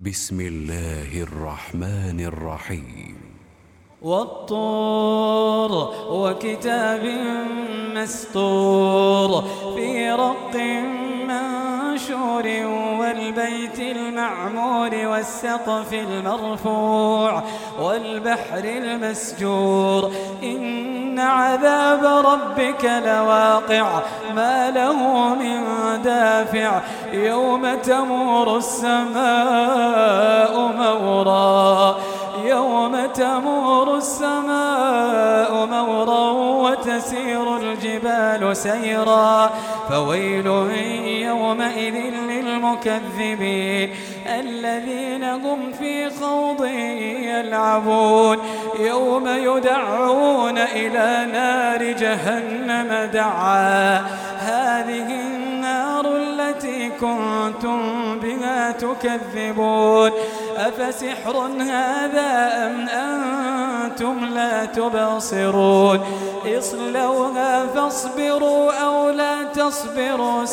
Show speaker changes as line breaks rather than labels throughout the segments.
بسم الله الرحمن الرحيم.
والطور وكتاب مسطور في رق منشور والبيت المعمور والسقف المرفوع والبحر المسجور إن عذاب ربك لواقع ما له من دافع يوم تمور السماء مورا وتسير الجبال سيرا فويل يومئذ للمكذبين الذين هم في خوض يلعبون يوم يدعون إلى نار جهنم دعا هذه النار التي كنتم بها تكذبون أفسحر هذا أم أنتم لا تبصرون اصلوها فاصبروا أو لا تصبروا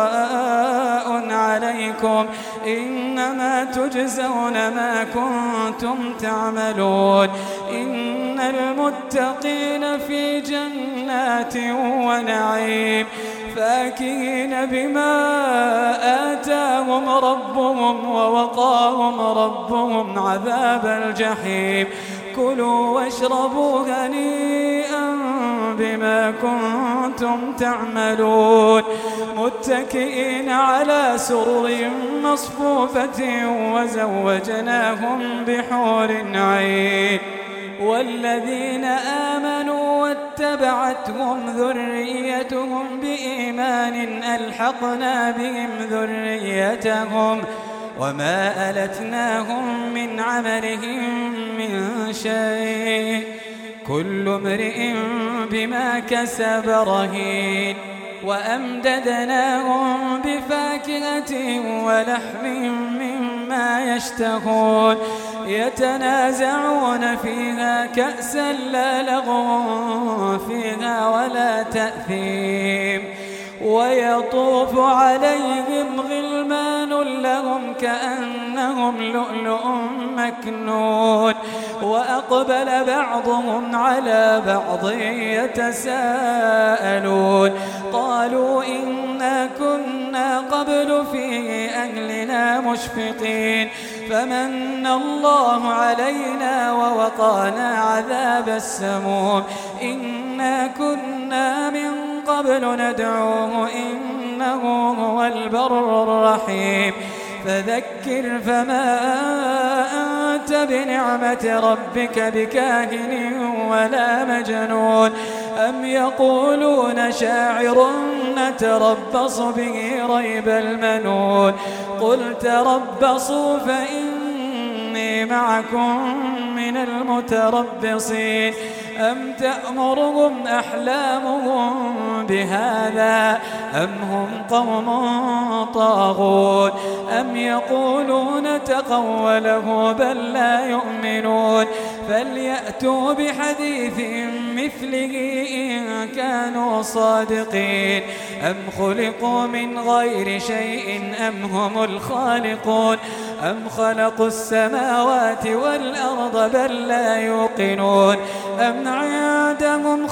سواء عليكم إنما تجزون ما كنتم تعملون إن المتقين في جنات ونعيم فاكهين بما آتاهم ربهم ووقاهم ربهم عذاب الجحيم كلوا واشربوا هنيئا بما كنتم تعملون متكئين على سرر مصفوفة وزوجناهم بحور عين والذين آمنوا واتبعتهم ذريتهم بإيمان ألحقنا بهم ذريتهم وما ألتناهم من عملهم من شيء كل امرئ بما كسب رهين وأمددناهم بفاكهة ولحم مما يشتهون يتنازعون فيها كأسا لا لغو فيها ولا تأثيم ويطوف عليهم غلمان لهم كأنهم لؤلؤ مكنون وأقبل بعضهم على بعض يتساءلون قالوا إنا كنا قبل في أهلنا مشفقين فمن الله علينا ووقانا عذاب السموم إنا كنا من قبل ندعوه إنه هو البر الرحيم فذكر فما أنت بنعمة ربك بكاهن ولا مجنون أم يقولون شاعر نتربص به ريب المنون قل تربصوا فإني معكم من المتربصين أم تأمرهم أحلامهم بهذا أم هم قوم طاغون أم يقولون تقوله بل لا يؤمنون فليأتوا بحديث مثله إن كانوا صادقين أم خلقوا من غير شيء أم هم الخالقون أم خلقوا السماوات والأرض بل لا يوقنون أم عندهم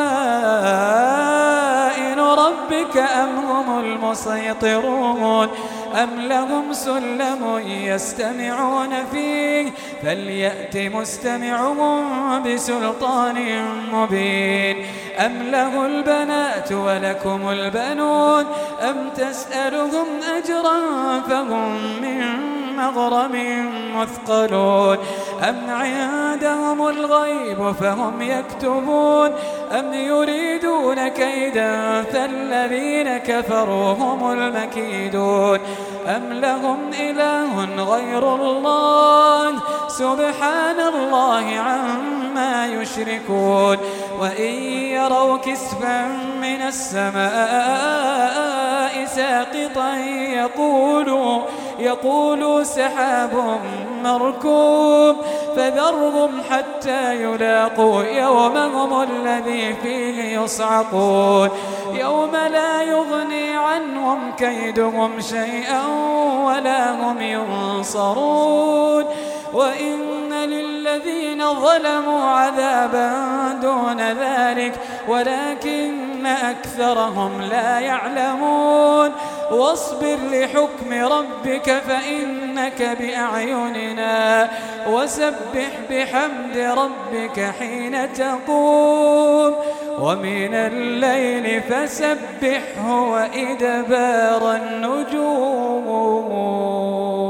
خزائن ربك أم هم المسيطرون أم لهم سلم يستمعون فيه فليأت مستمعهم بسلطان مبين أم له البنات ولكم البنون أم تسألهم أجرا فهم من مغرم مثقلون أم عندهم الغيب فهم يكتبون أم يريدون كيدا فالذين كفروا هم المكيدون أم لهم إله غير الله سبحان الله عما يشركون وإن يروا كسفا من السماء ساقطا يقولوا سحاب مركوب فذرهم حتى يلاقوا يومهم الذي فيه يصعقون يوم لا يغني عنهم كيدهم شيئا ولا هم ينصرون وإن للذين ظلموا عذابا دون ذلك ولكن أكثرهم لا يعلمون واصبر لحكم ربك فإنك بأعيننا وسبح بحمد ربك حين تقوم ومن الليل فسبحه وإدبار النجوم.